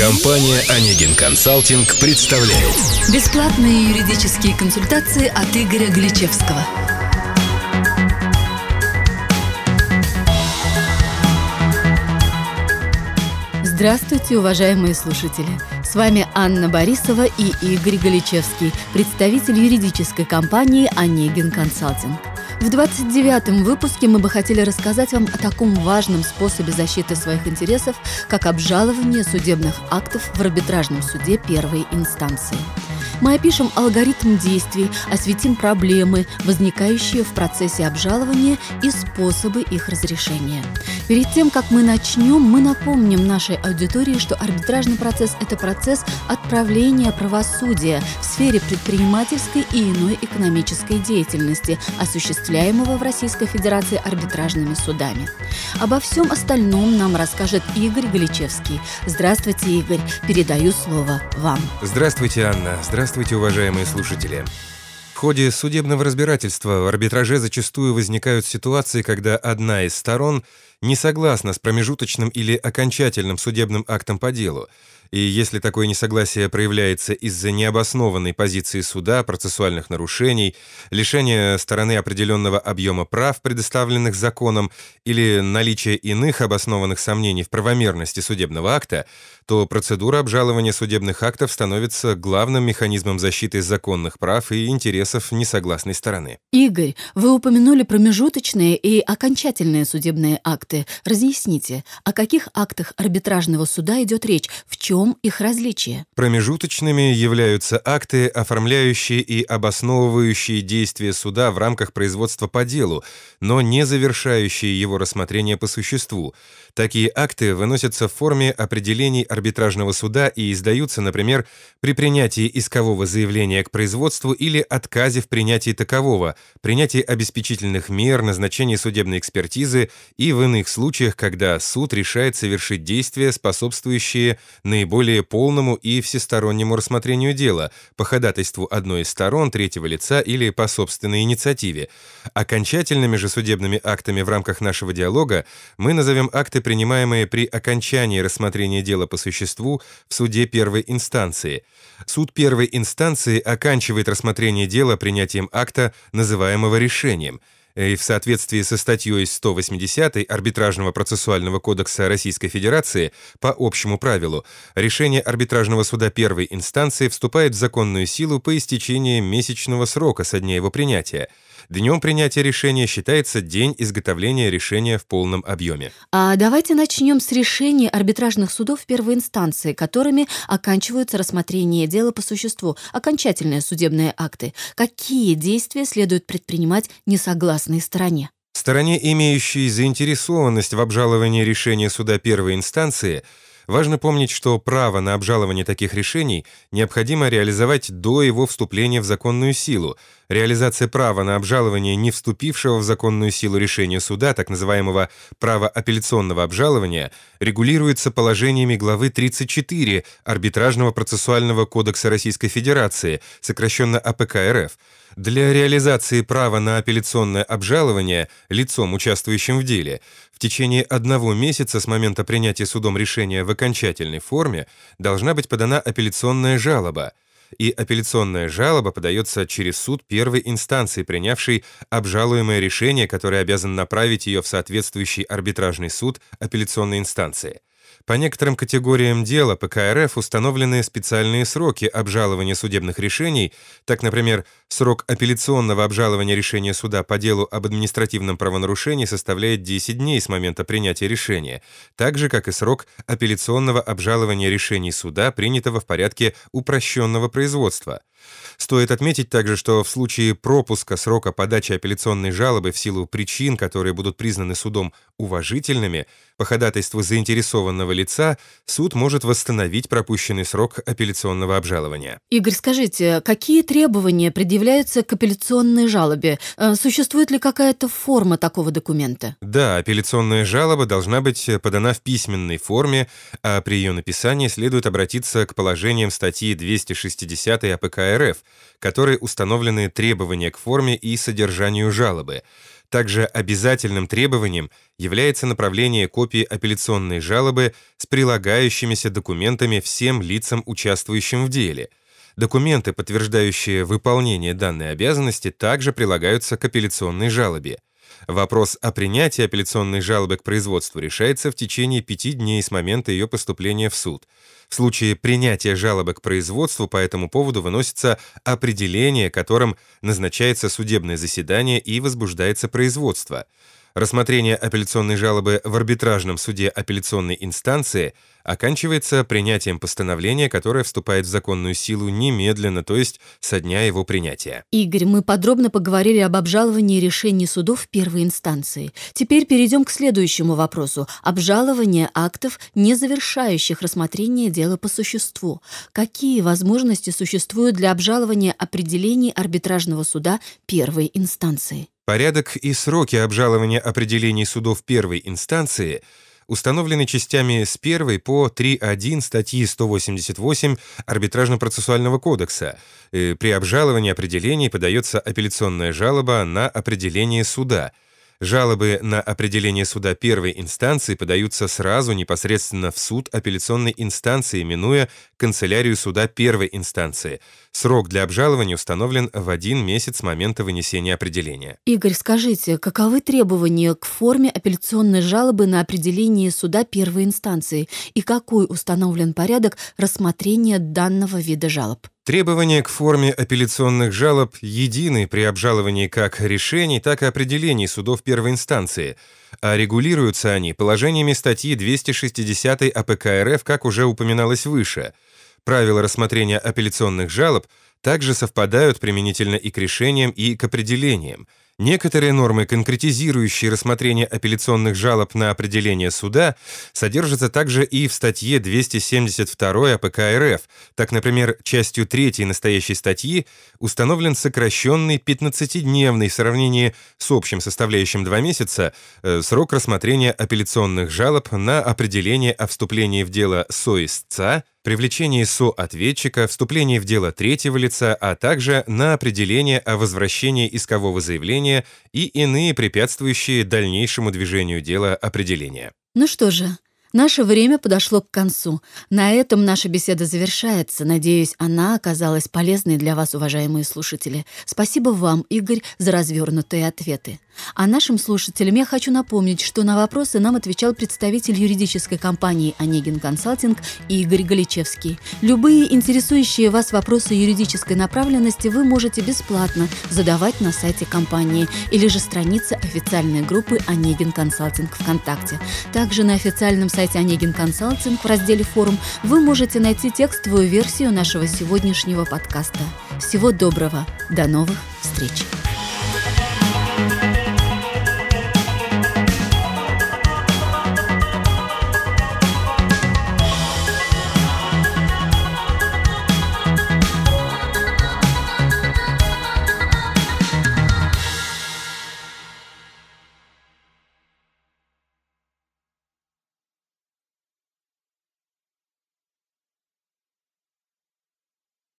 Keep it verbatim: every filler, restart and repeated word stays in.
Компания «Онегин Консалтинг» представляет бесплатные юридические консультации от Игоря Гличевского. Здравствуйте, уважаемые слушатели! С вами Анна Борисова и Игорь Гличевский, представитель юридической компании «Онегин Консалтинг». В двадцать девятом выпуске мы бы хотели рассказать вам о таком важном способе защиты своих интересов, как обжалование судебных актов в арбитражном суде первой инстанции. Мы опишем алгоритм действий, осветим проблемы, возникающие в процессе обжалования, и способы их разрешения. Перед тем, как мы начнем, мы напомним нашей аудитории, что арбитражный процесс – это процесс отправления правосудия в сфере предпринимательской и иной экономической деятельности, осуществляемого в Российской Федерации арбитражными судами. Обо всем остальном нам расскажет Игорь Гличевский. Здравствуйте, Игорь. Передаю слово вам. Здравствуйте, Анна. Здравствуйте, уважаемые слушатели. В ходе судебного разбирательства в арбитраже зачастую возникают ситуации, когда одна из сторон не согласна с промежуточным или окончательным судебным актом по делу. И если такое несогласие проявляется из-за необоснованной позиции суда, процессуальных нарушений, лишения стороны определенного объема прав, предоставленных законом, или наличия иных обоснованных сомнений в правомерности судебного акта, то процедура обжалования судебных актов становится главным механизмом защиты законных прав и интересов несогласной стороны. Игорь, вы упомянули промежуточные и окончательные судебные акты. Разъясните, о каких актах арбитражного суда идет речь, в чем их различие? Промежуточными являются акты, оформляющие и обосновывающие действия суда в рамках производства по делу, но не завершающие его рассмотрение по существу. Такие акты выносятся в форме определений арбитражного суда и издаются, например, при принятии искового заявления к производству или отказе в принятии такового, принятии обеспечительных мер, назначении судебной экспертизы и в иных случаях, когда суд решает совершить действия, способствующие наиболее полному и всестороннему рассмотрению дела по ходатайству одной из сторон, третьего лица или по собственной инициативе. Окончательными же судебными актами в рамках нашего диалога мы назовем акты, принимаемые при окончании рассмотрения дела по существу в суде первой инстанции. Суд первой инстанции оканчивает рассмотрение дела принятием акта, называемого решением. И в соответствии со статьей сто восьмидесятой Арбитражного процессуального кодекса Российской Федерации по общему правилу решение арбитражного суда первой инстанции вступает в законную силу по истечении месячного срока со дня его принятия. Днем принятия решения считается день изготовления решения в полном объеме. А давайте начнем с решений арбитражных судов первой инстанции, которыми оканчиваются рассмотрение дела по существу, окончательные судебные акты. Какие действия следует предпринимать несогласной стороне? Стороне, имеющей заинтересованность в обжаловании решения суда первой инстанции, важно помнить, что право на обжалование таких решений необходимо реализовать до его вступления в законную силу. Реализация права на обжалование не вступившего в законную силу решения суда, так называемого права апелляционного обжалования, регулируется положениями главы тридцать четыре Арбитражного процессуального кодекса Российской Федерации, сокращенно А П К Р Ф. Для реализации права на апелляционное обжалование лицом, участвующим в деле, в течение одного месяца с момента принятия судом решения в окончательной форме должна быть подана апелляционная жалоба. И апелляционная жалоба подается через суд первой инстанции, принявший обжалуемое решение, который обязан направить ее в соответствующий арбитражный суд апелляционной инстанции. По некоторым категориям дела П К Р Ф установлены специальные сроки обжалования судебных решений. Так, например, срок апелляционного обжалования решения суда по делу об административном правонарушении составляет десять дней с момента принятия решения, так же, как и срок апелляционного обжалования решений суда, принятого в порядке упрощенного производства. Стоит отметить также, что в случае пропуска срока подачи апелляционной жалобы в силу причин, которые будут признаны судом уважительными, по ходатайству заинтересованного лица суд может восстановить пропущенный срок апелляционного обжалования. Игорь, скажите, какие требования предъявляются к апелляционной жалобе? Существует ли какая-то форма такого документа? Да, апелляционная жалоба должна быть подана в письменной форме, а при ее написании следует обратиться к положениям статьи двести шестидесятой А П К Р Ф, которые установлены требования к форме и содержанию жалобы. Также обязательным требованием является направление копии апелляционной жалобы с прилагающимися документами всем лицам, участвующим в деле. Документы, подтверждающие выполнение данной обязанности, также прилагаются к апелляционной жалобе. Вопрос о принятии апелляционной жалобы к производству решается в течение пяти дней с момента ее поступления в суд. В случае принятия жалобы к производству по этому поводу выносится определение, которым назначается судебное заседание и возбуждается производство. Рассмотрение апелляционной жалобы в арбитражном суде апелляционной инстанции оканчивается принятием постановления, которое вступает в законную силу немедленно, то есть со дня его принятия. Игорь, мы подробно поговорили об обжаловании решений судов первой инстанции. Теперь перейдем к следующему вопросу – обжалование актов, не завершающих рассмотрение дела по существу. Какие возможности существуют для обжалования определений арбитражного суда первой инстанции? Порядок и сроки обжалования определений судов первой инстанции установлены частями с первой по три точка один статьи сто восемьдесят восемь Арбитражно-процессуального кодекса. При обжаловании определений подается апелляционная жалоба на определение суда. Жалобы на определение суда первой инстанции подаются сразу непосредственно в суд апелляционной инстанции, минуя канцелярию суда первой инстанции. Срок для обжалования установлен в один месяц с момента вынесения определения. Игорь, скажите, каковы требования к форме апелляционной жалобы на определение суда первой инстанции и какой установлен порядок рассмотрения данного вида жалоб? Требования к форме апелляционных жалоб едины при обжаловании как решений, так и определений судов первой инстанции, а регулируются они положениями статьи двести шестьдесят АПК РФ, как уже упоминалось выше. Правила рассмотрения апелляционных жалоб также совпадают применительно и к решениям, и к определениям. Некоторые нормы, конкретизирующие рассмотрение апелляционных жалоб на определение суда, содержатся также и в статье двести семьдесят два АПК РФ. Так, например, частью третьей настоящей статьи установлен сокращенный пятнадцатидневный в сравнении с общим составляющим два месяца э, срок рассмотрения апелляционных жалоб на определение о вступлении в дело соисца, привлечении соответчика, вступлении в дело третьего лица, а также на определение о возвращении искового заявления и иные препятствующие дальнейшему движению дела определения. Ну что же, наше время подошло к концу. На этом наша беседа завершается. Надеюсь, она оказалась полезной для вас, уважаемые слушатели. Спасибо вам, Игорь, за развернутые ответы. А нашим слушателям я хочу напомнить, что на вопросы нам отвечал представитель юридической компании «Онегин Консалтинг» Игорь Галичевский. Любые интересующие вас вопросы юридической направленности вы можете бесплатно задавать на сайте компании или же странице официальной группы «Онегин Консалтинг» ВКонтакте. Также на официальном сайте «Онегин Консалтинг» в разделе «Форум» вы можете найти текстовую версию нашего сегодняшнего подкаста. Всего доброго! До новых встреч!